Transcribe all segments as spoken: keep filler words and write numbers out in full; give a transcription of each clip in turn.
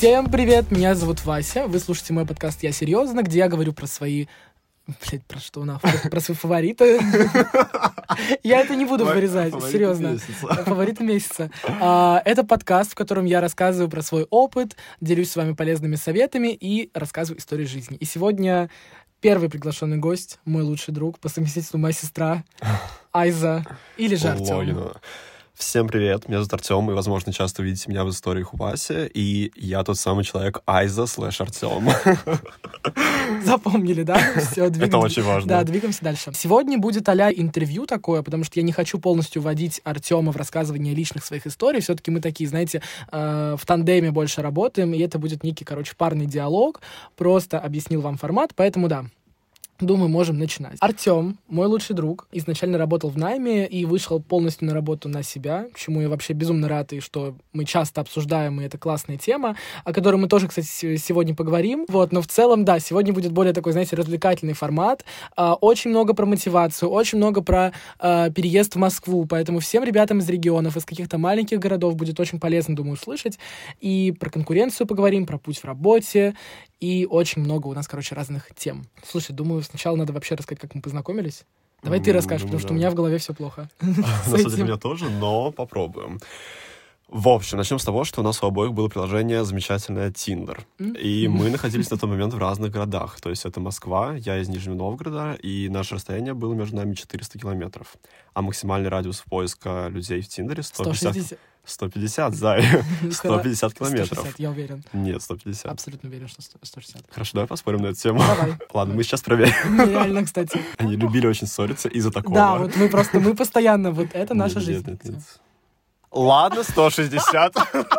Всем привет, меня зовут Вася. Вы слушаете мой подкаст «Я серьезно», где я говорю про свои... Блять, про что нахуй? Про свои фавориты. Я это не буду вырезать, серьезно. Фавориты месяца. Это подкаст, в котором я рассказываю про свой опыт, делюсь с вами полезными советами и рассказываю истории жизни. И сегодня первый приглашенный гость, мой лучший друг, по совместительству моя сестра, Айза, или же Артем. Всем привет, меня зовут Артем, и, возможно, часто увидите меня в историях у Васи, и я тот самый человек Айза слэш Артем. Запомнили, да? Все, двигаемся. Это очень важно. Да, двигаемся дальше. Сегодня будет а-ля интервью такое, потому что я не хочу полностью вводить Артема в рассказывание личных своих историй. Все-таки мы такие, знаете, э, в тандеме больше работаем, и это будет некий, короче, парный диалог. Просто объяснил вам формат, поэтому да. Думаю, можем начинать. Артем, мой лучший друг, изначально работал в найме и вышел полностью на работу на себя, чему я вообще безумно рад, и что мы часто обсуждаем, и это классная тема, о которой мы тоже, кстати, сегодня поговорим. Вот, но в целом, да, сегодня будет более такой, знаете, развлекательный формат. А, очень много про мотивацию, очень много про а, переезд в Москву, поэтому всем ребятам из регионов, из каких-то маленьких городов будет очень полезно, думаю, услышать. И про конкуренцию поговорим, про путь в работе, и очень много у нас, короче, разных тем. Слушай, думаю, сначала надо вообще рассказать, как мы познакомились. Давай mm, ты расскажешь, думаю, потому что да. у меня в голове все плохо. На самом деле у меня тоже, но попробуем. В общем, начнем с того, что у нас у обоих было приложение замечательное Tinder. Mm-hmm. И мы находились на тот момент в разных городах. То есть это Москва, я из Нижнего Новгорода, и наше расстояние было между нами четыреста километров. А максимальный радиус поиска людей в Тиндере сто пятьдесят... сто пятьдесят, Зай. сто пятьдесят километров. сто шестьдесят, я уверен. Нет, сто пятьдесят. Абсолютно уверен, что сто шестьдесят. Хорошо, давай поспорим на эту тему. Давай. Ладно, мы сейчас проверим. Реально, кстати. Они любили очень ссориться из-за такого. Да, вот мы просто, мы постоянно, вот это наша нет, жизнь. Нет, нет, нет. Ладно, сто шестьдесят.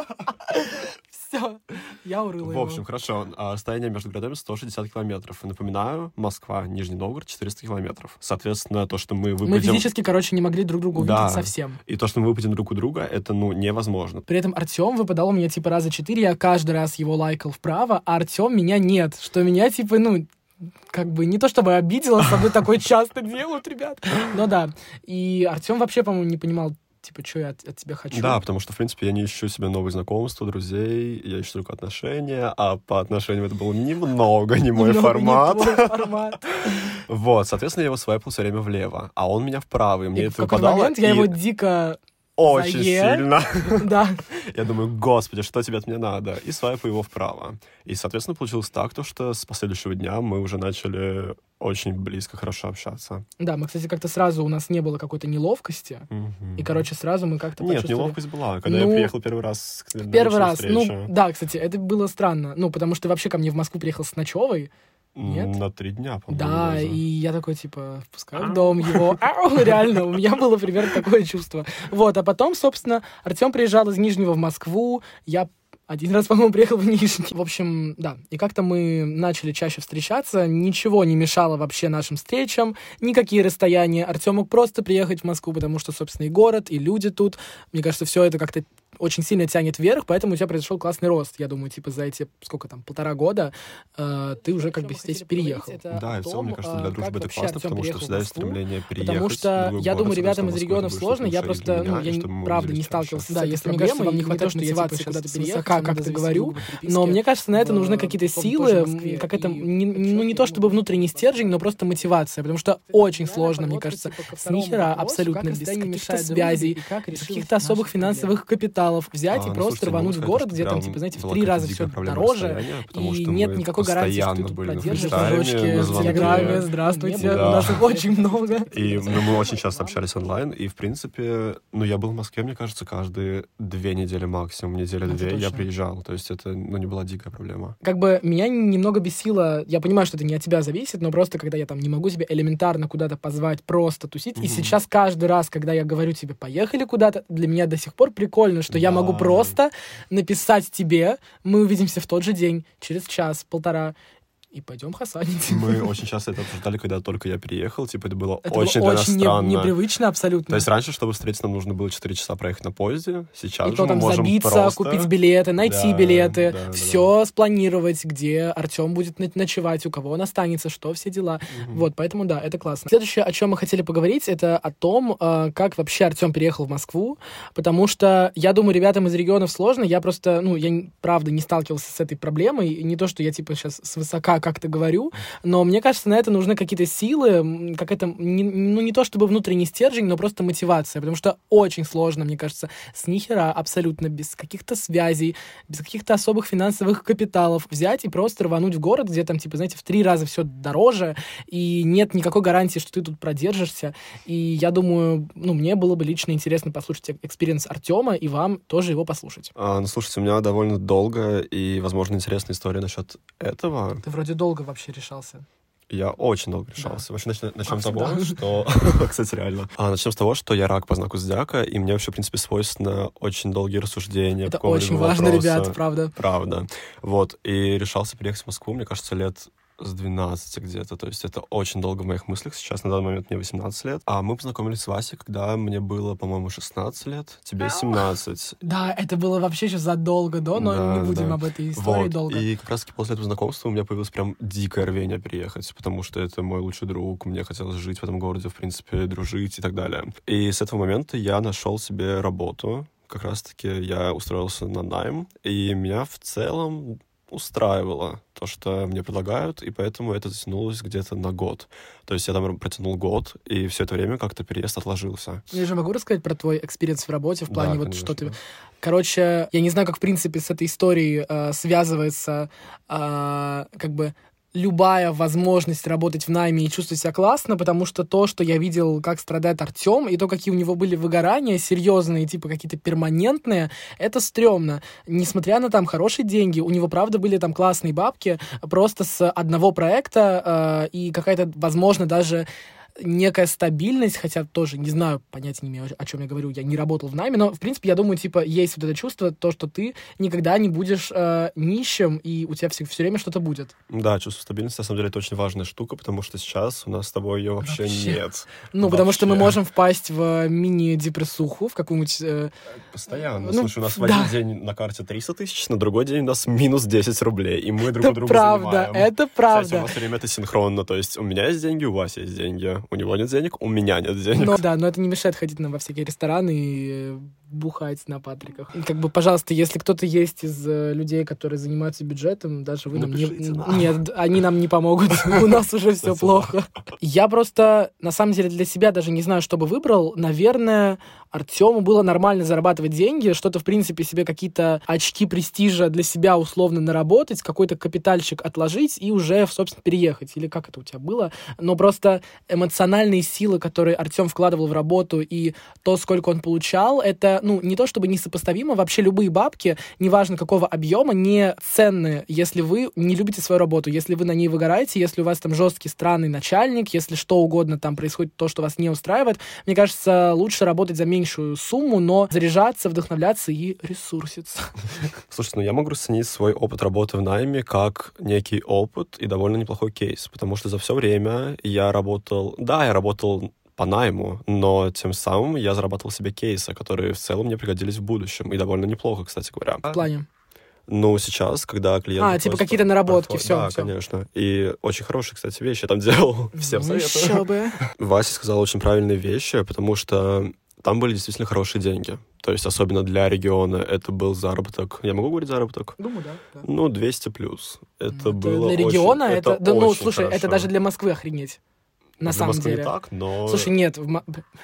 Все, я урыла В общем, его. Хорошо. Расстояние между городами сто шестьдесят километров. И напоминаю, Москва, Нижний Новгород, четыреста километров. Соответственно, то, что мы выпадем... Мы физически, короче, не могли друг друга увидеть да. совсем. И то, что мы выпадем друг у друга, это, ну, невозможно. При этом Артем выпадал у меня, типа, раза четыре, я каждый раз его лайкал вправо, а Артем меня нет. Что меня, типа, ну... как бы не то чтобы обидела, со мной такое часто делают, ребят. Но да. И Артем вообще, по-моему, не понимал, типа, что я от, от тебя хочу. Да, потому что, в принципе, я не ищу себе новые знакомства, друзей, я ищу только отношения, а по отношениям это был немного не мой формат. Вот, соответственно, я его свайпал все время влево, а он меня вправо, и мне это выпадало. В какой-то момент я его дико... Очень сильно. Да. Я думаю, господи, что тебе от меня надо? И свайпаю его вправо. И, соответственно, получилось так, то, что с последующего дня мы уже начали очень близко, хорошо общаться. Да, мы, кстати, как-то сразу, у нас не было какой-то неловкости. Угу. И, короче, сразу мы как-то Нет, почувствовали... неловкость была, когда ну, я приехал первый раз. Первый раз, встречу. Ну, да, кстати, это было странно. Ну, потому что ты вообще ко мне в Москву приехал с ночевой. Нет? На три дня, по-моему. Да, даже. И я такой, типа, впускаю в дом его. Ау, реально, у меня было примерно такое чувство. Вот, а потом, собственно, Артем приезжал из Нижнего в Москву, я один раз, по-моему, приехал в Нижний. В общем, да, и как-то мы начали чаще встречаться, ничего не мешало вообще нашим встречам, никакие расстояния. Артем мог просто приехать в Москву, потому что, собственно, и город, и люди тут. Мне кажется, все это как-то очень сильно тянет вверх, поэтому у тебя произошел классный рост. Я думаю, типа, за эти, сколько там, полтора года э, ты уже как бы здесь переехал. Да, и в целом, мне кажется, для дружбы это классно, потому что всегда есть стремление переехать. Потому что, я думаю, ребятам из регионов сложно, я просто, ну, я правда не сталкивался с этой проблемой, мне кажется, вам не хватает мотивации куда-то переехать, как-то говорю, но мне кажется, на это нужны какие-то силы, как это, ну, не то чтобы внутренний стержень, но просто мотивация, потому что очень сложно, мне кажется, с нихера абсолютно, без каких-то связей, без каких-то особых финансовых капиталов, взять а, и просто слушайте, рвануть в город, где там, типа, знаете, в три раза все дороже, и нет никакой гарантии, что ты тут продержишь кружочки в Телеграме, здравствуйте, да. У нас их очень много. И ну, мы очень часто общались онлайн, и, в принципе, ну, я был в Москве, мне кажется, каждые две недели максимум, неделя-две я приезжал, то есть это, ну, не была дикая проблема. Как бы меня немного бесило, я понимаю, что это не от тебя зависит, но просто, когда я там не могу себя элементарно куда-то позвать, просто тусить, mm-hmm. и сейчас каждый раз, когда я говорю тебе, поехали куда-то, для меня до сих пор прикольно, что я могу просто написать тебе, мы увидимся в тот же день, через час, полтора, и пойдем хасанить. Мы очень часто это обсуждали, когда только я переехал, типа это было это очень было для очень нас странно. Не, непривычно абсолютно. То есть раньше, чтобы встретиться, нам нужно было четыре часа проехать на поезде, сейчас и же то мы там можем забиться, просто... купить билеты, найти да, билеты, да, все да. спланировать, где Артем будет ночевать, у кого он останется, что все дела. Mm-hmm. Вот, поэтому да, это классно. Следующее, о чем мы хотели поговорить, это о том, как вообще Артем переехал в Москву, потому что, я думаю, ребятам из регионов сложно, я просто, ну, я правда не сталкивался с этой проблемой, не то, что я типа сейчас свысока как-то говорю, но мне кажется, на это нужны какие-то силы, как это, не, ну, не то чтобы внутренний стержень, но просто мотивация, потому что очень сложно, мне кажется, с нихера абсолютно без каких-то связей, без каких-то особых финансовых капиталов взять и просто рвануть в город, где там, типа, знаете, в три раза все дороже, и нет никакой гарантии, что ты тут продержишься. И я думаю, ну, мне было бы лично интересно послушать экспириенс Артема, и вам тоже его послушать. А, ну, слушайте, у меня довольно долгая и, возможно, интересная история насчет этого. Ты вроде долго вообще решался. Я очень долго решался. Да. Вообще, начнем, начнем а, с того, да. что... Кстати, реально. А, начнем с того, что я рак по знаку зодиака, и мне вообще, в принципе, свойственно очень долгие рассуждения. Это очень важно, вопроса. ребят, правда. Правда. Вот. И решался приехать в Москву, мне кажется, лет с двенадцати где-то. То есть это очень долго в моих мыслях. Сейчас, на данный момент, мне восемнадцать лет. А мы познакомились с Васей, когда мне было, по-моему, шестнадцать лет. Тебе семнадцать. Да, это было вообще сейчас задолго до, но да, не будем да. об этой истории вот. долго. И как раз-таки после этого знакомства у меня появилось прям дикое рвение переехать, потому что это мой лучший друг, мне хотелось жить в этом городе, в принципе, дружить и так далее. И с этого момента я нашел себе работу. Как раз-таки я устроился на найм, и меня в целом устраивало то, что мне предлагают, и поэтому это затянулось где-то на год. То есть я там протянул год, и все это время как-то переезд отложился. Я же могу рассказать про твой экспириенс в работе, в плане да, вот конечно, что ты... Да. Короче, я не знаю, как в принципе с этой историей э, связывается э, как бы любая возможность работать в найме и чувствовать себя классно, потому что то, что я видел, как страдает Артем, и то, какие у него были выгорания серьезные, типа какие-то перманентные, это стрёмно. Несмотря на там хорошие деньги, у него, правда, были там классные бабки, просто с одного проекта э, и какая-то, возможно, даже некая стабильность, хотя тоже не знаю, понятия не имею, о чем я говорю, я не работал в найме, но, в принципе, я думаю, типа, есть вот это чувство, то, что ты никогда не будешь э, нищим, и у тебя все, все время что-то будет. Да, чувство стабильности, на самом деле, это очень важная штука, потому что сейчас у нас с тобой ее вообще, вообще. нет. Ну, вообще. Потому что мы можем впасть в мини-депрессуху, в какую-нибудь... Э... Постоянно. Ну, слушай, у нас в да. один день на карте триста тысяч, на другой день у нас минус десять рублей, и мы друг это у друга правда, занимаем. Это правда, Кстати, у нас все время это синхронно, то есть у меня есть деньги, у Васи есть деньги, у него нет денег, у меня нет денег. Но, да, но это не мешает ходить на, во всякие рестораны и бухать на Патриках. И, как бы, пожалуйста, если кто-то есть из э, людей, которые занимаются бюджетом, даже вы нам не... нам. Нет, они нам не помогут. У нас уже все плохо. Я просто, на самом деле, для себя даже не знаю, что бы выбрал. Наверное, Артему было нормально зарабатывать деньги, что-то, в принципе, себе какие-то очки престижа для себя условно наработать, какой-то капитальчик отложить и уже, собственно, переехать. Или как это у тебя было? Но просто эмоциональные силы, которые Артем вкладывал в работу, и то, сколько он получал, это, ну, не то чтобы несопоставимо, вообще любые бабки, неважно какого объема, не ценны, если вы не любите свою работу, если вы на ней выгораете, если у вас там жесткий, странный начальник, если что угодно там происходит, то, что вас не устраивает. Мне кажется, лучше работать за меньшую сумму, но заряжаться, вдохновляться и ресурситься. Слушайте, ну я могу расценить свой опыт работы в найме как некий опыт и довольно неплохой кейс, потому что за все время я работал... Да, я работал по найму, но тем самым я зарабатывал себе кейсы, которые в целом мне пригодились в будущем, и довольно неплохо, кстати говоря. В плане? Ну, сейчас, когда клиент... А, типа какие-то наработки, подход... все. Да, все. конечно. И очень хорошие, кстати, вещи я там делал. Всем ну, советую. Еще бы. Вася сказал очень правильные вещи, потому что там были действительно хорошие деньги. То есть, особенно для региона, это был заработок... Я могу говорить заработок? Думаю, да. да. Ну, двести плюс. Это ну, было Для региона очень, это... это да, ну, очень слушай, хорошо. это даже для Москвы охренеть. На для самом Москвы деле. не так, но... Слушай, нет, в...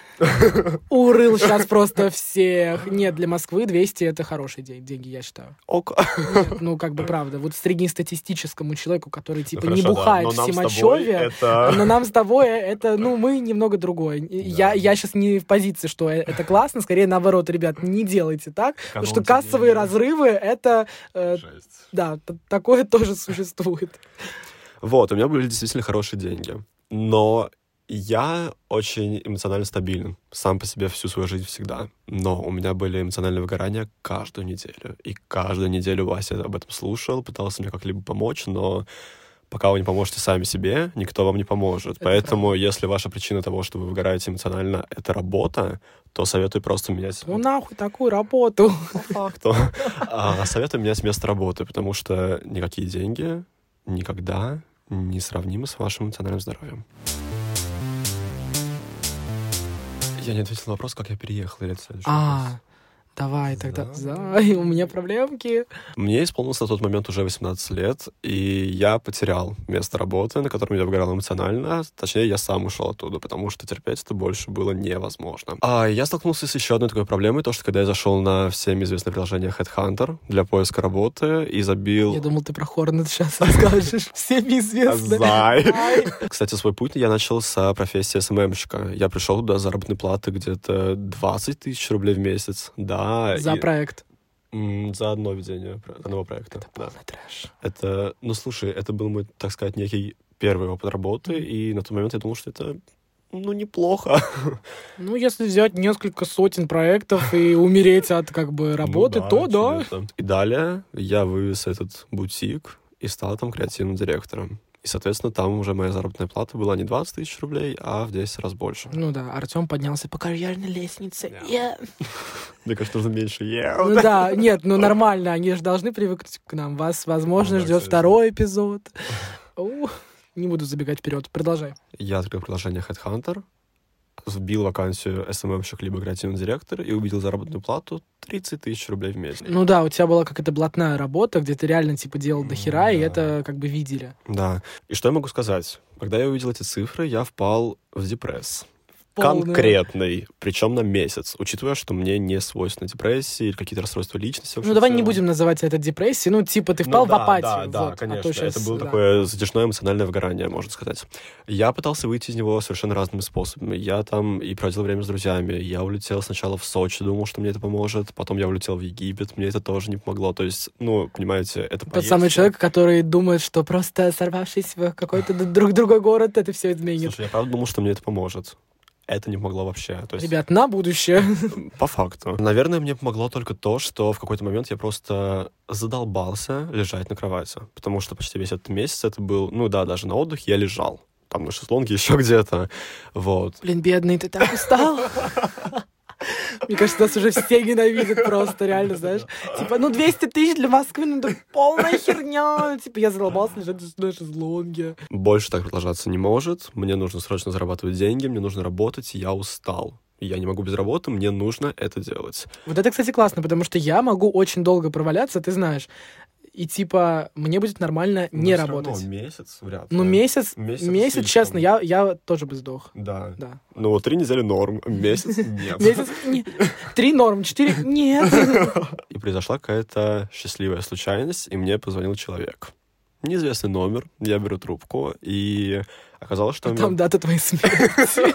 урыл сейчас просто всех. Нет, для Москвы двести это хорошие день, деньги, я считаю. Ок. Нет, ну, как бы правда. Вот среднестатистическому человеку, который типа ну, не хорошо, бухает да. в Симачеве, это... но нам с тобой это, ну, мы немного другое. Да. Я, я сейчас не в позиции, что это классно, скорее наоборот, ребят, не делайте так, потому что кассовые разрывы, это... Э, да, такое тоже существует. Вот, у меня были действительно хорошие деньги. Но я очень эмоционально стабилен. Сам по себе всю свою жизнь всегда. Но у меня были эмоциональные выгорания каждую неделю. И каждую неделю Вася об этом слушал, пытался мне как-либо помочь, но пока вы не поможете сами себе, никто вам не поможет. Это Поэтому, правда. если ваша причина того, что вы выгораете эмоционально, это работа, то советую просто менять... Ну нахуй такую работу. По факту. А советую менять место работы, потому что никакие деньги никогда не сравнимы с вашим эмоциональным здоровьем. Я не ответил на вопрос, как я переехал. Или это следующий А, вопрос? давай тогда. Да. Зай, у меня проблемки. Мне исполнилось на тот момент уже восемнадцать лет, и я потерял место работы, на котором я выгорал эмоционально. Точнее, я сам ушел оттуда, потому что терпеть это больше было невозможно. А я столкнулся с еще одной такой проблемой, то, что когда я зашел на всем известное приложение HeadHunter для поиска работы и забил... Я думал, ты про Хорнет сейчас расскажешь. Всеми известно. Зай. Ай. Кстати, свой путь я начал с профессии эс эм эм-щика. Я пришел туда с заработной платы где-то двадцать тысяч рублей в месяц. Да. За и- проект. М, За одно ведение про- одного проекта. Это да. полный трэш. Это, ну, слушай, это был мой, так сказать, некий первый опыт работы, и на тот момент я думал, что это, ну, неплохо. Ну, если взять несколько сотен проектов и умереть от как бы работы, Ну то чё да. это. И далее я вывез этот бутик и стал там креативным директором. И, соответственно, там уже моя заработная плата была не двадцать тысяч рублей, а в десять раз больше. Ну да, Артем поднялся по карьерной лестнице. Да. Yeah. Мне кажется, нужно меньше. Yeah. Ну да, нет, ну нормально, они же должны привыкнуть к нам. Вас, возможно, Ну да, ждет кстати. второй эпизод. Ух, не буду забегать вперед. Продолжай. Я открыл приложение HeadHunter, вбил вакансию эс эм эм-щик либо креативный директор и увидел заработную плату тридцать тысяч рублей в месяц. Ну да, у тебя была какая-то блатная работа, где ты реально типа делал дохера, и Да. это как бы видели. Да. И что я могу сказать? Когда я увидел эти цифры, я впал в депресс. Полная. Конкретный, причем на месяц, учитывая, что мне не свойственны депрессии или какие-то расстройства личности. вообще Ну давай в не целом. будем называть это депрессией, ну типа ты Ну впал в да, апатию. Да, да, вот. конечно. А то щас, это было да. такое затяжное эмоциональное выгорание, можно сказать. Я пытался выйти из него совершенно разными способами. Я там и проводил время с друзьями. Я улетел сначала в Сочи, думал, что мне это поможет. Потом я улетел в Египет, мне это тоже не помогло. То есть, ну, понимаете, это Тот самый поездка. человек, который думает, что просто сорвавшись в какой-то друг другой город, это все изменит. Слушай, я правда думал, что мне это поможет. Это не помогло вообще. То есть, Ребят, на будущее. по факту. Наверное, мне помогло только то, что в какой-то момент я просто задолбался лежать на кровати. Потому что почти весь этот месяц это был... Ну да, даже на отдыхе я лежал. Там на шезлонге, еще где-то. Вот. Блин, бедный, ты так устал. Мне кажется, нас уже все ненавидят просто, реально, знаешь. Типа, ну, двести тысяч для Москвы, ну, это полная херня. Типа, я задолбался лежать на шезлонге. Больше так продолжаться не может. Мне нужно срочно зарабатывать деньги, мне нужно работать, я устал. Я не могу без работы, мне нужно это делать. Вот это, кстати, классно, потому что я могу очень долго проваляться, ты знаешь. И, типа, мне будет нормально не работать. месяц вряд ли. Ну, месяц, Месяц месяц, слишком. честно, я, я тоже бы сдох. Да. Да. Ну, вот три недели норм, месяц нет. Месяц, не- три норм, четыре, нет. И произошла какая-то счастливая случайность, и мне позвонил человек. Неизвестный номер, я беру трубку, и оказалось, что... у меня- Там дата твоей смерти.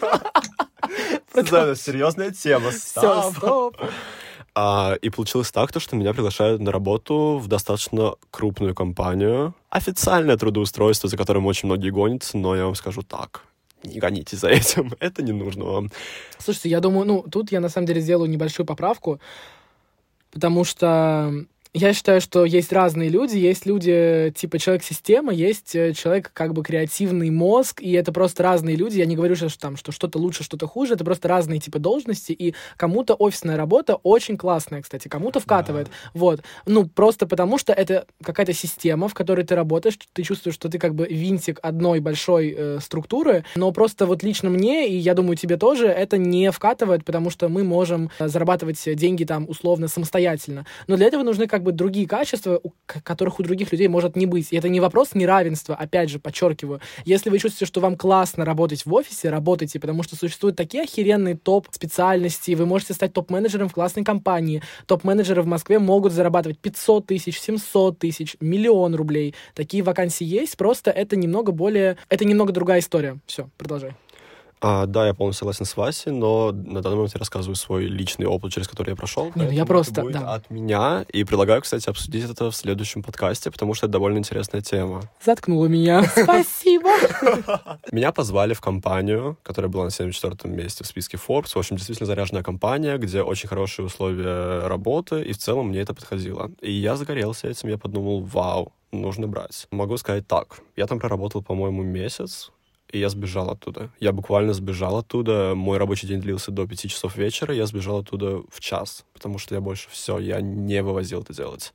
Да, серьезная тема. Все, стоп. А, и получилось так, то, что меня приглашают на работу в достаточно крупную компанию. Официальное трудоустройство, за которым очень многие гонятся, но я вам скажу так. Не гонитесь за этим, это не нужно вам. Слушайте, я думаю, ну, тут я на самом деле сделаю небольшую поправку, потому что я считаю, что есть разные люди. Есть люди, типа, человек-система, есть э, человек, как бы, креативный мозг, и это просто разные люди. Я не говорю, что, там, что что-то лучше, что-то хуже, это просто разные, типа, должности, и кому-то офисная работа очень классная, кстати, кому-то вкатывает. Вот. Ну, просто потому что это какая-то система, в которой ты работаешь, ты чувствуешь, что ты, как бы, винтик одной большой э, структуры, но просто вот лично мне, и я думаю, тебе тоже, это не вкатывает, потому что мы можем э, зарабатывать деньги, там, условно, самостоятельно. Но для этого нужны, как бы, другие качества, у к- которых у других людей может не быть. И это не вопрос неравенства, опять же, подчеркиваю. Если вы чувствуете, что вам классно работать в офисе, работайте, потому что существуют такие охеренные топ-специальности, вы можете стать топ-менеджером в классной компании. Топ-менеджеры в Москве могут зарабатывать пятьсот тысяч, семьсот тысяч, миллион рублей. Такие вакансии есть, просто это немного более... Это немного другая история. Все, продолжай. А, да, я полностью согласен с Васей, но на данный момент я рассказываю свой личный опыт, через который я прошел. ну я поэтому просто, это будет да. от меня. И предлагаю, кстати, обсудить это в следующем подкасте, потому что это довольно интересная тема. Заткнула меня. Спасибо. Меня позвали в компанию, которая была на семьдесят четвёртом месте в списке Forbes. В общем, действительно заряженная компания, где очень хорошие условия работы, и в целом мне это подходило. И я загорелся этим, я подумал, вау, нужно брать. Могу сказать так. Я там проработал, по-моему, месяц, и я сбежал оттуда. Я буквально сбежал оттуда. Мой рабочий день длился до пяти часов вечера, я сбежал оттуда в час, потому что я больше все, я не вывозил это делать.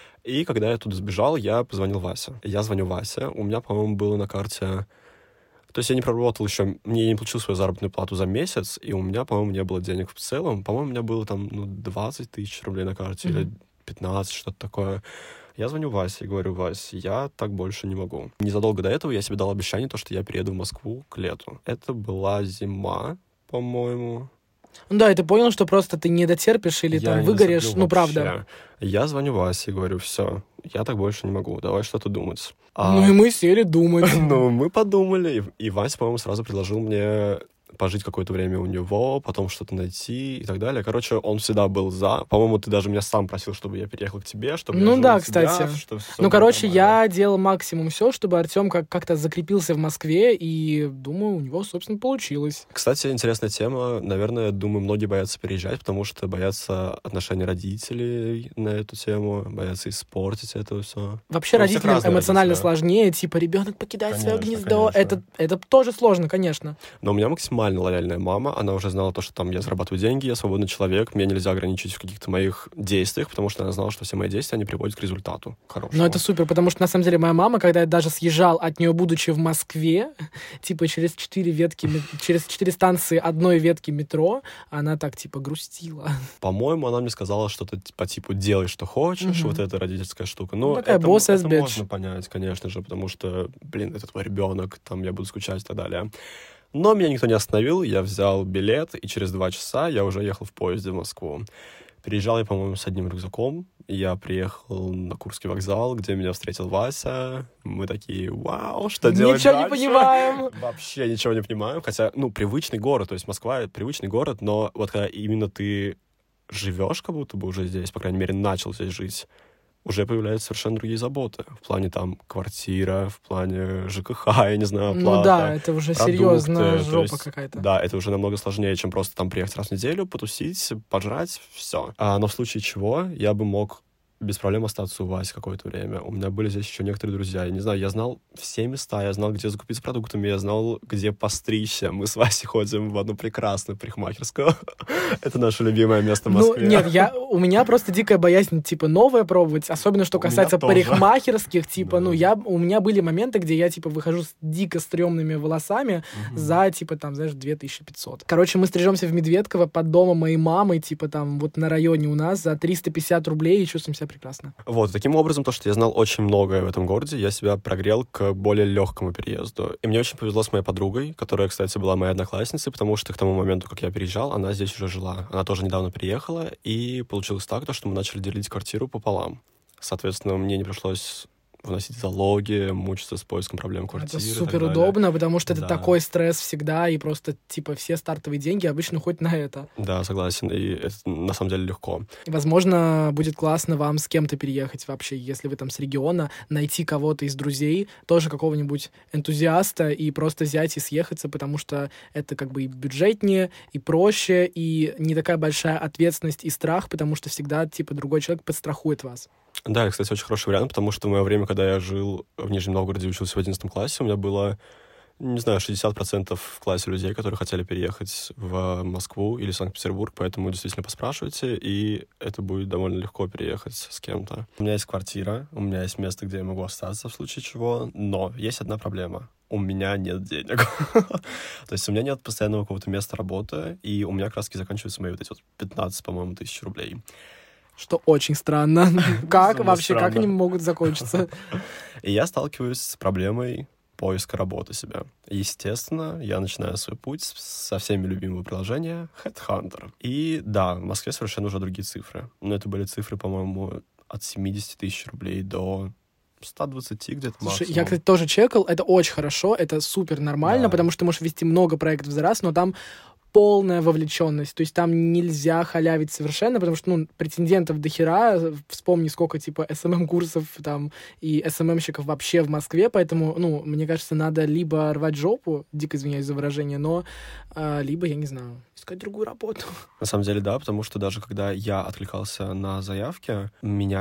И когда я оттуда сбежал, я позвонил Васе. Я звоню Васе, у меня, по-моему, было на карте... То есть я не проработал еще, мне не получил свою заработную плату за месяц, и у меня, по-моему, не было денег в целом. По-моему, у меня было там, ну, двадцать тысяч рублей на карте, mm-hmm. или пятнадцать, что-то такое. Я звоню Васе и говорю: Вась, я так больше не могу. Незадолго до этого я себе дал обещание, то, что я перееду в Москву к лету. Это была зима, по-моему. Ну да, и ты понял, что просто ты не дотерпишь или я там выгоришь, ну, правда. Я звоню Васе и говорю: все, я так больше не могу, давай что-то думать. А... Ну и мы сели думать. Ну, мы подумали, и Вася, по-моему, сразу предложил мне пожить какое-то время у него, потом что-то найти и так далее. Короче, он всегда был за. По-моему, ты даже меня сам просил, чтобы я переехал к тебе, чтобы ну, я жил да, у тебя, кстати. что все ну, короче, нормально. Я делал максимум все, чтобы Артем как- как-то закрепился в Москве, и, думаю, у него, собственно, получилось. Кстати, интересная тема. Наверное, думаю, многие боятся переезжать, потому что боятся отношения родителей на эту тему, боятся испортить это все. Вообще ну, родителям эмоционально родители. Сложнее, типа, ребенок покидает конечно, свое гнездо. Это, это тоже сложно, конечно. Но у меня максимально лояльная мама. Она уже знала то, что там я зарабатываю деньги, я свободный человек, меня нельзя ограничить в каких-то моих действиях, потому что она знала, что все мои действия, они приводят к результату хорошему. Ну, это супер, потому что, на самом деле, моя мама, когда я даже съезжал от нее, будучи в Москве, типа, через четыре ветки, через четыре станции одной ветки метро, она так, типа, грустила. По-моему, она мне сказала что-то по типу «делай, что хочешь», угу. вот эта родительская штука. Ну, такая это, boss это можно понять, конечно же, потому что, блин, это твой ребенок, там, я буду скучать и так далее. Но меня никто не остановил, я взял билет, и через два часа я уже ехал в поезде в Москву. Приезжал я, по-моему, с одним рюкзаком. Я приехал на Курский вокзал, где меня встретил Вася. Мы такие: вау, что делать дальше? Ничего не понимаем. Вообще ничего не понимаем. Хотя, ну, привычный город, то есть Москва — это привычный город, но вот когда именно ты живешь как будто бы уже здесь, по крайней мере, начал здесь жить, уже появляются совершенно другие заботы. В плане там квартира, в плане ЖКХ, я не знаю, оплата. Ну да, это уже продукты, серьезная жопа есть, какая-то. Да, это уже намного сложнее, чем просто там приехать раз в неделю, потусить, пожрать, все. А, но в случае чего я бы мог без проблем остаться у Васи какое-то время. У меня были здесь еще некоторые друзья. Я не знаю, я знал все места, я знал, где закупиться продуктами, я знал, где постричься. Мы с Васей ходим в одну прекрасную парикмахерскую. Это наше любимое место в Москве. Ну, нет, я, у меня просто дикая боязнь, типа, новое пробовать, особенно, что касается парикмахерских, типа, да. ну, я, у меня были моменты, где я, типа, выхожу с дико стрёмными волосами угу. за, типа, там, знаешь, две тысячи пятьсот. Короче, мы стрижемся в Медведково под домом моей мамы, типа, там, вот на районе у нас за триста пятьдесят рублей, и чувствуем себя прекрасно. Вот, таким образом, то, что я знал очень многое в этом городе, я себя прогрел к более легкому переезду. И мне очень повезло с моей подругой, которая, кстати, была моей одноклассницей, потому что к тому моменту, как я переезжал, она здесь уже жила. Она тоже недавно приехала, и получилось так, то, что мы начали делить квартиру пополам. Соответственно, мне не пришлось вносить залоги, мучиться с поиском проблем квартиры. Это супер удобно, потому что это да. такой стресс всегда, и просто, типа, все стартовые деньги обычно ходят на это. Да, согласен, и это на самом деле легко. И, возможно, будет классно вам с кем-то переехать вообще, если вы там с региона, найти кого-то из друзей, тоже какого-нибудь энтузиаста, и просто взять и съехаться, потому что это как бы и бюджетнее, и проще, и не такая большая ответственность и страх, потому что всегда, типа, другой человек подстрахует вас. Да, это, кстати, очень хороший вариант, потому что в мое время, когда я жил в Нижнем Новгороде, учился в одиннадцатом классе, у меня было, не знаю, шестьдесят процентов в классе людей, которые хотели переехать в Москву или Санкт-Петербург, поэтому действительно поспрашивайте, и это будет довольно легко переехать с кем-то. У меня есть квартира, у меня есть место, где я могу остаться в случае чего, но есть одна проблема. У меня нет денег. То есть у меня нет постоянного какого-то места работы, и у меня как раз-таки заканчиваются мои вот эти вот пятнадцать, по-моему, тысяч рублей. Что очень странно. Как вообще, как они могут закончиться? И я сталкиваюсь с проблемой поиска работы себе. Естественно, я начинаю свой путь со всеми любимого приложения HeadHunter. И да, в Москве совершенно уже другие цифры. Но это были цифры, по-моему, от семьдесят тысяч рублей до сто двадцать где-то максимум. Слушай, я, кстати, тоже чекал. Это очень хорошо, это супер нормально, да. потому что ты можешь вести много проектов за раз, но там полная вовлеченность. То есть там нельзя халявить совершенно, потому что, ну, претендентов до хера. Вспомни, сколько, типа, эс эм эм-курсов там и эс эм эм-щиков вообще в Москве, поэтому, ну, мне кажется, надо либо рвать жопу, дико извиняюсь за выражение, но а, либо, я не знаю, искать другую работу. На самом деле, да, потому что даже когда я откликался на заявки, меня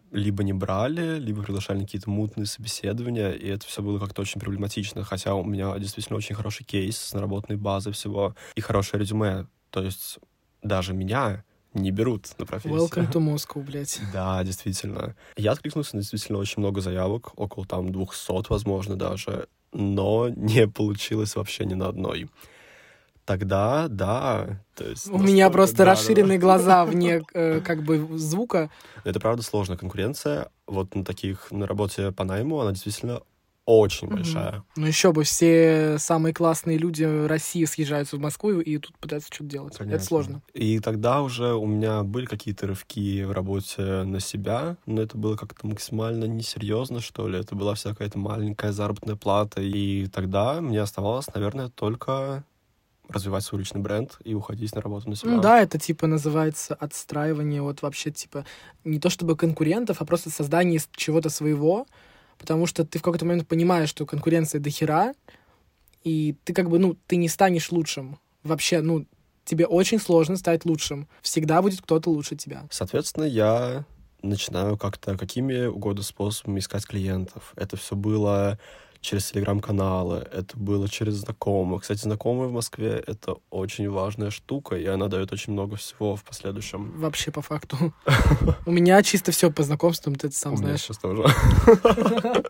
либо не брали, либо приглашали на какие-то мутные собеседования, и это все было как-то очень проблематично, хотя у меня действительно очень хороший кейс с наработанной базой всего и хорошее резюме. То есть даже меня не берут на профессию. Welcome to Moscow, блядь. Да, действительно. Я откликнулся на действительно очень много заявок, около там двухсот, возможно, даже, но не получилось вообще ни на одной. Тогда, да, то есть... У меня просто да, расширенные да, глаза вне э, как бы звука. Это правда сложная конкуренция. Вот на таких, на работе по найму она действительно очень большая. Mm-hmm. Ну еще бы, все самые классные люди России съезжаются в Москву и тут пытаются что-то делать. Конечно. Это сложно. И тогда уже у меня были какие-то рывки в работе на себя, но это было как-то максимально несерьезно, что ли. Это была вся какая-то маленькая заработная плата. И тогда мне оставалось, наверное, только развивать свой личный бренд и уходить на работу на себя. Ну да, это типа называется отстраивание вот вообще типа не то чтобы конкурентов, а просто создание чего-то своего, потому что ты в какой-то момент понимаешь, что конкуренция дохера, и ты как бы, ну, ты не станешь лучшим. Вообще, ну, тебе очень сложно стать лучшим. Всегда будет кто-то лучше тебя. Соответственно, я начинаю как-то какими угодно способами искать клиентов. Это все было через телеграм-каналы, это было через знакомых. Кстати, знакомые в Москве — это очень важная штука, и она дает очень много всего в последующем. Вообще, по факту. У меня чисто все по знакомствам, ты это сам знаешь. У меня сейчас тоже.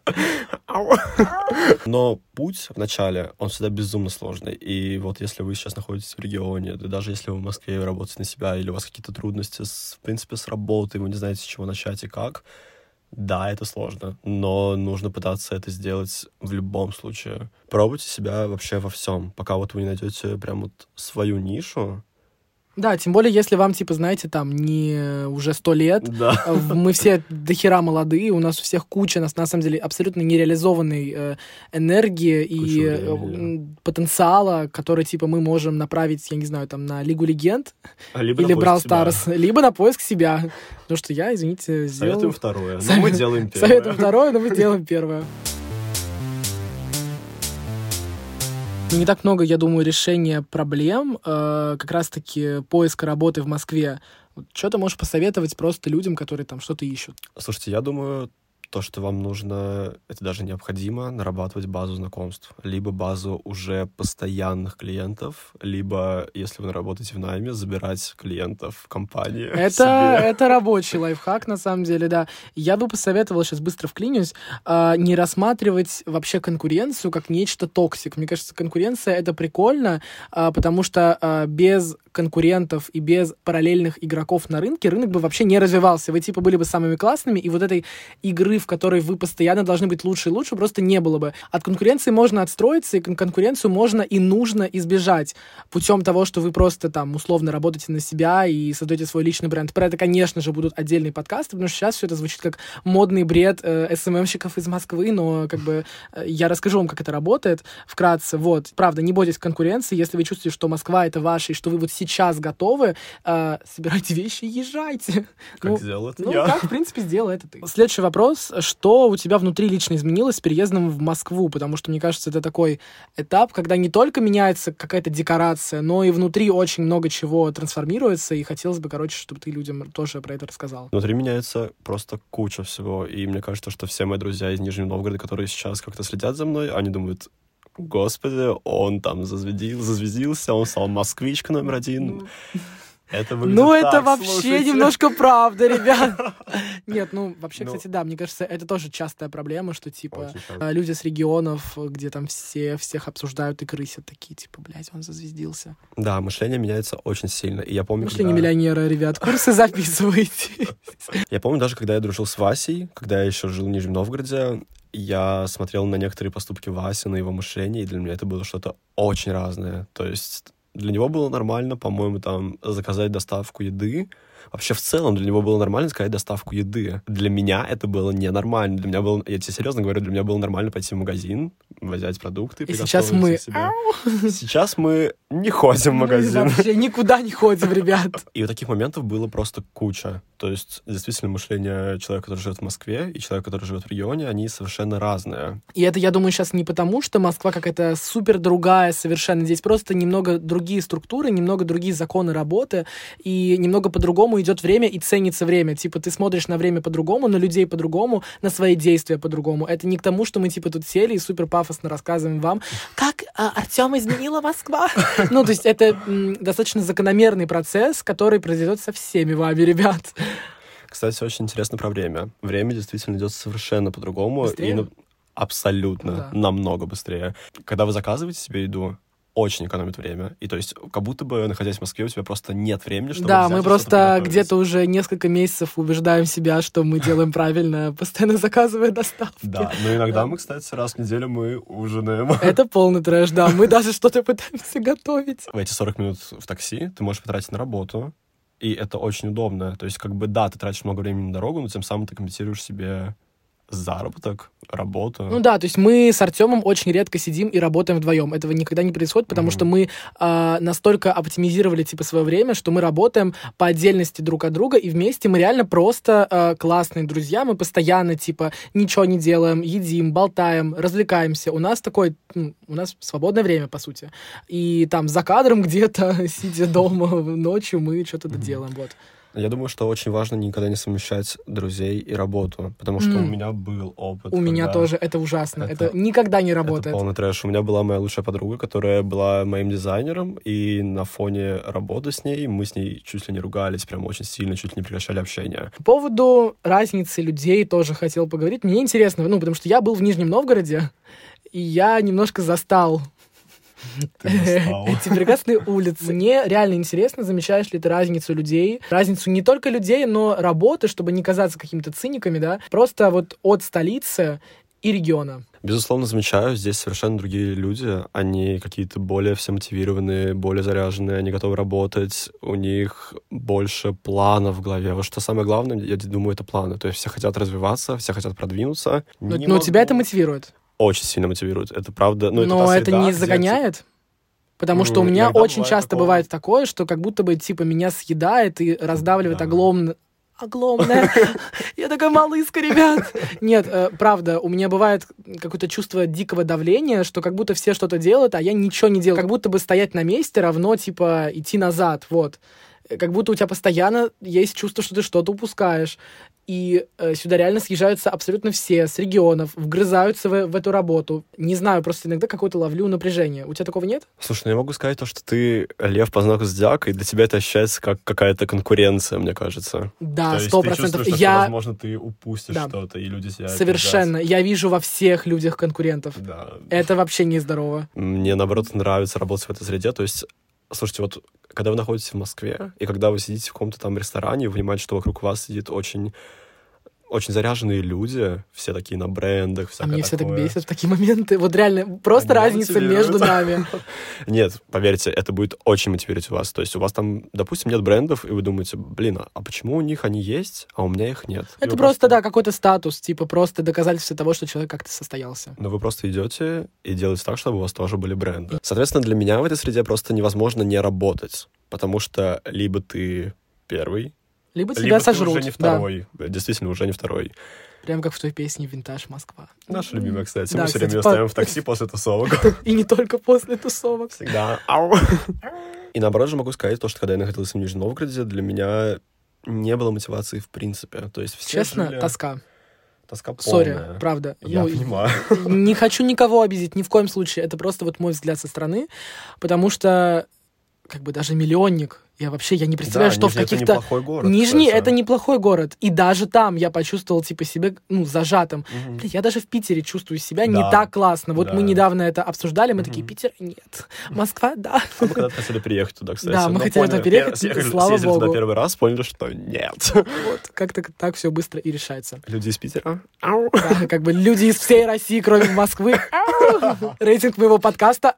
Но путь в начале, он всегда безумно сложный. И вот если вы сейчас находитесь в регионе, да даже если вы в Москве работаете на себя, или у вас какие-то трудности, с, в принципе, с работой, вы не знаете, с чего начать и как, да, это сложно, но нужно пытаться это сделать в любом случае. Пробуйте себя вообще во всем, пока вот вы не найдете прям вот свою нишу. Да, тем более, если вам, типа, знаете, там, не уже сто лет, да. Мы все дохера молодые, у нас у всех куча, нас, на самом деле, абсолютно нереализованной э, энергии и э, потенциала, который, типа, мы можем направить, я не знаю, там, на Лигу Легенд а либо или Brawl Stars, либо на поиск себя. Потому что я, извините, сделал... Советуем второе, но Совет... мы делаем первое. Советуем второе, но мы делаем первое. Ну, не так много, я думаю, решения проблем, э, как раз-таки поиска работы в Москве. Что ты можешь посоветовать просто людям, которые там что-то ищут? Слушайте, я думаю, то, что вам нужно, это даже необходимо, нарабатывать базу знакомств. Либо базу уже постоянных клиентов, либо, если вы работаете в найме, забирать клиентов в компании. Это, это рабочий лайфхак, на самом деле, да. Я бы посоветовала, сейчас быстро вклинюсь, э, не рассматривать вообще конкуренцию как нечто токсик. Мне кажется, конкуренция — это прикольно, э, потому что э, без конкурентов и без параллельных игроков на рынке рынок бы вообще не развивался. Вы, типа, были бы самыми классными, и вот этой игры, в которой вы постоянно должны быть лучше и лучше, просто не было бы. От конкуренции можно отстроиться, и конкуренцию можно и нужно избежать путем того, что вы просто там условно работаете на себя и создаете свой личный бренд. Про это, конечно же, будут отдельные подкасты, потому что сейчас все это звучит как модный бред э, эс эм эм-щиков из Москвы, но как бы э, я расскажу вам, как это работает вкратце. Вот, правда, не бойтесь конкуренции, если вы чувствуете, что Москва — это ваша, и что вы вот сейчас готовы, э, собирайте вещи и езжайте. Как ну, сделал это ну, я. как, в принципе, сделал это ты. Следующий вопрос. Что у тебя внутри лично изменилось с переездом в Москву? Потому что, мне кажется, это такой этап, когда не только меняется какая-то декорация, но и внутри очень много чего трансформируется, и хотелось бы, короче, чтобы ты людям тоже про это рассказал. Внутри меняется просто куча всего, и мне кажется, что все мои друзья из Нижнего Новгорода, которые сейчас как-то следят за мной, они думают: господи, он там зазвездил, зазвездился, он стал москвичка номер один. Ну... Это ну, это так, вообще слушайте. немножко правда, ребят. Нет, ну, вообще, ну, кстати, да, мне кажется, это тоже частая проблема, что, типа, люди с регионов, где там все всех обсуждают и крысят, такие, типа, блядь, он зазвездился. Да, мышление меняется очень сильно, и я помню, Мышление когда... миллионера, ребят, курсы записывайте. Я помню даже, когда я дружил с Васей, когда я еще жил в Нижнем Новгороде, я смотрел на некоторые поступки Васи, на его мышление, и для меня это было что-то очень разное. То есть для него было нормально, по-моему, там, заказать доставку еды. Вообще, в целом, для него было нормально заказать доставку еды. Для меня это было ненормально. Для меня было, я тебе серьезно говорю, для меня было нормально пойти в магазин, взять продукты. И сейчас мы... Сейчас мы не ходим в магазин. Мы вообще никуда не ходим, ребят. И вот таких моментов было просто куча. То есть, действительно, мышление человека, который живет в Москве, и человека, который живет в регионе, они совершенно разные. И это, я думаю, сейчас не потому, что Москва какая-то супер другая совершенно. Здесь просто немного другие структуры, немного другие законы работы, и немного по-другому по-другому идет время и ценится время. Типа, ты смотришь на время по-другому, на людей по-другому, на свои действия по-другому. Это не к тому, что мы, типа, тут сели и супер пафосно рассказываем вам, как а, Артема изменила Москва. Ну, то есть это м, достаточно закономерный процесс, который произойдет со всеми вами, ребят. Кстати, очень интересно про время. Время действительно идет совершенно по-другому. Быстрее? И ну, абсолютно, Да. намного быстрее. Когда вы заказываете себе еду, очень экономит время. И то есть, как будто бы, находясь в Москве, у тебя просто нет времени, чтобы Да, взять мы и просто что-то приготовить. где-то уже несколько месяцев убеждаем себя, что мы делаем правильно, постоянно заказывая доставки. Да, но иногда мы, кстати, раз в неделю мы ужинаем. Это полный трэш, да. Мы даже что-то пытаемся готовить. В эти сорок минут в такси ты можешь потратить на работу, и это очень удобно. То есть, как бы, да, ты тратишь много времени на дорогу, но тем самым ты компенсируешь себе заработок, работу. Ну да, то есть мы с Артемом очень редко сидим и работаем вдвоем. Этого никогда не происходит, потому mm-hmm. что мы э, настолько оптимизировали типа свое время, что мы работаем по отдельности друг от друга, и вместе мы реально просто э, классные друзья. Мы постоянно типа ничего не делаем, едим, болтаем, развлекаемся. У нас такое, ну, у нас свободное время, по сути. И там за кадром где-то, сидя дома ночью, мы что-то mm-hmm. делаем, вот. Я думаю, что очень важно никогда не совмещать друзей и работу, потому что mm. у меня был опыт. У меня тоже, это ужасно, это, это никогда не работает. Это полный трэш. У меня была моя лучшая подруга, которая была моим дизайнером, и на фоне работы с ней мы с ней чуть ли не ругались, прям очень сильно, чуть ли не прекращали общение. По поводу разницы людей тоже хотел поговорить. Мне интересно, ну, потому что я был в Нижнем Новгороде, и я немножко застал эти прекрасные улицы. Мне реально интересно, замечаешь ли ты разницу людей, разницу не только людей, но работы, чтобы не казаться какими-то циниками, да, просто вот от столицы и региона. Безусловно, замечаю, здесь совершенно другие люди, они какие-то более все мотивированные, более заряженные, они готовы работать, у них больше планов в голове. Вот что самое главное, я думаю, это планы. То есть все хотят развиваться, все хотят продвинуться. Но, но тебя это мотивирует? Очень сильно мотивирует, это правда. Но, но это, это среда, не загоняет? Где... Потому что у меня Иногда очень бывает часто такое. бывает такое, что как будто бы, типа, меня съедает и раздавливает да. огломно... Огломное. Я такая малыска, ребят. Нет, э, правда, у меня бывает какое-то чувство дикого давления, что как будто все что-то делают, а я ничего не делаю. Как будто бы стоять на месте равно, типа, идти назад, вот. Как будто у тебя постоянно есть чувство, что ты что-то упускаешь. И э, сюда реально съезжаются абсолютно все с регионов, вгрызаются в, в эту работу. Не знаю, просто иногда какое-то ловлю напряжение. У тебя такого нет? Слушай, ну я могу сказать то, что ты лев по знаку зодиака, и для тебя это ощущается как какая-то конкуренция, мне кажется. Да, сто процентов. Ты я... что, возможно, ты упустишь да. что-то, и люди тебя... Совершенно. Я вижу во всех людях конкурентов. Да. Это вообще нездорово. Мне, наоборот, нравится работать в этой среде. То есть, слушайте, вот когда вы находитесь в Москве, и когда вы сидите в каком-то там ресторане, и вы понимаете, что вокруг вас сидит очень... очень заряженные люди, все такие на брендах, всякое А мне такое. все так бесит в такие моменты. Вот реально, просто Они разница мотивируют. между нами. Нет, поверьте, это будет очень мотивировать вас. То есть у вас там, допустим, нет брендов, и вы думаете, блин, а почему у них они есть, а у меня их нет? Это просто, просто, да, какой-то статус, типа просто доказательство того, что человек как-то состоялся. Но вы просто идете и делаете так, чтобы у вас тоже были бренды. Соответственно, для меня в этой среде просто невозможно не работать, потому что либо ты первый, Либо тебя либо сожрут. ты уже не второй. Да. Действительно, уже не второй. Прям как в той песне «Винтаж Москва». Наша любимая, кстати. Да, Мы все кстати, время по... стоим в такси после тусовок. И не только после тусовок. Всегда. И наоборот же могу сказать то, что когда я находился в Нижнем Новгороде, для меня не было мотивации в принципе. То есть все Честно, жили... тоска. Тоска полная. Сори, правда. Я ну, понимаю. Не хочу никого обидеть, ни в коем случае. Это просто вот мой взгляд со стороны. Потому что как бы даже миллионник, я вообще, я не представляю, да, что Нижний в каких-то... Это неплохой город, Нижний кстати. Это неплохой город. И даже там я почувствовал, типа, себя, ну, зажатым. Угу. Блин, я даже в Питере чувствую себя да. не так классно. Вот да. мы недавно это обсуждали, мы угу. такие, Питер, нет. Москва, да. А мы когда-то хотели приехать туда, кстати. Да, мы но хотели поняли, туда переехать, пер... слава съездили богу. туда первый раз, поняли, что нет. Вот, как-то так все быстро и решается. Люди из Питера. Да, как бы люди из всей России, кроме Москвы. Рейтинг моего подкаста.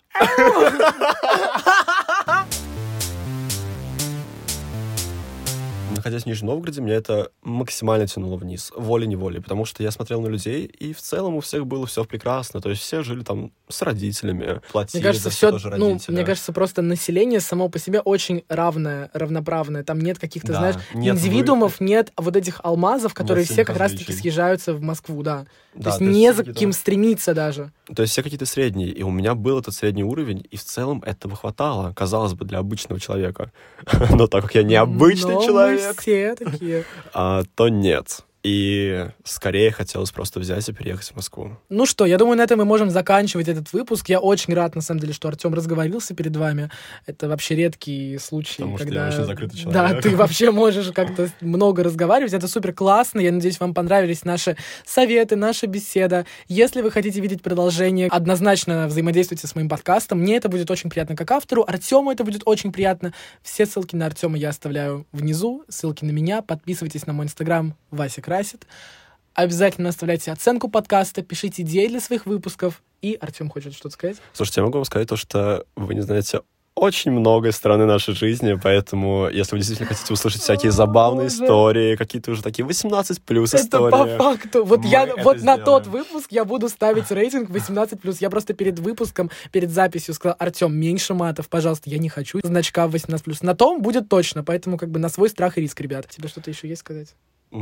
Находясь в Нижнем Новгороде, меня это максимально тянуло вниз, волей-неволей, потому что я смотрел на людей, и в целом у всех было все прекрасно, то есть все жили там с родителями, платили мне кажется, за все, тоже ну, родители. мне кажется, просто население само по себе очень равное, равноправное. Там нет каких-то, да, знаешь, нет индивидуумов, вы... нет вот этих алмазов, которые нет все как раз-таки различий. съезжаются в Москву, да. Да, то есть то не есть за каким стремиться даже. То есть все какие-то средние, и у меня был этот средний уровень, и в целом этого хватало, казалось бы, для обычного человека. Но так как я необычный Но человек... мы Все такие. А, то нет. И скорее хотелось просто взять и переехать в Москву. Ну что, я думаю, на этом мы можем заканчивать этот выпуск. Я очень рад, на самом деле, что Артем разговорился перед вами. Это вообще редкий случай, Потому когда... что я очень закрытый человек. Да, ты вообще можешь как-то много разговаривать. Это супер классно. Я надеюсь, вам понравились наши советы, наша беседа. Если вы хотите видеть продолжение, однозначно взаимодействуйте с моим подкастом. Мне это будет очень приятно как автору. Артему это будет очень приятно. Все ссылки на Артема я оставляю внизу. Ссылки на меня. Подписывайтесь на мой инстаграм Вася Красит. Обязательно оставляйте оценку подкаста, пишите идеи для своих выпусков. И Артем хочет что-то сказать? Слушайте, я могу вам сказать то, что вы не знаете очень многой стороны нашей жизни, поэтому если вы действительно хотите услышать всякие забавные истории, какие-то уже такие восемнадцать плюс истории. Это по факту. Вот я вот на сделаем. тот выпуск я буду ставить рейтинг восемнадцать плюс. Я просто перед выпуском, перед записью сказал: Артем, меньше матов, пожалуйста, я не хочу значка восемнадцать плюс. На том будет точно, поэтому как бы на свой страх и риск, ребят. Тебе что-то еще есть сказать?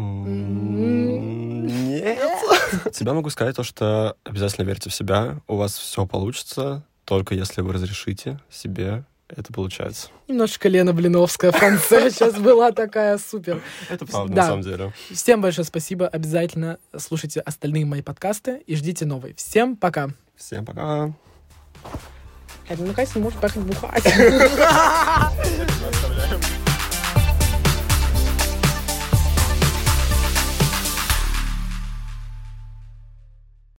Нет. Тебя могу сказать то, что обязательно верьте в себя, у вас все получится, только если вы разрешите себе это получается. Немножечко Лена Блиновская в конце сейчас была такая супер. Это правда, Да. на самом деле. Всем большое спасибо. Обязательно слушайте остальные мои подкасты и ждите новый. Всем пока. Всем пока. Ну, Катя, может поехать бухать.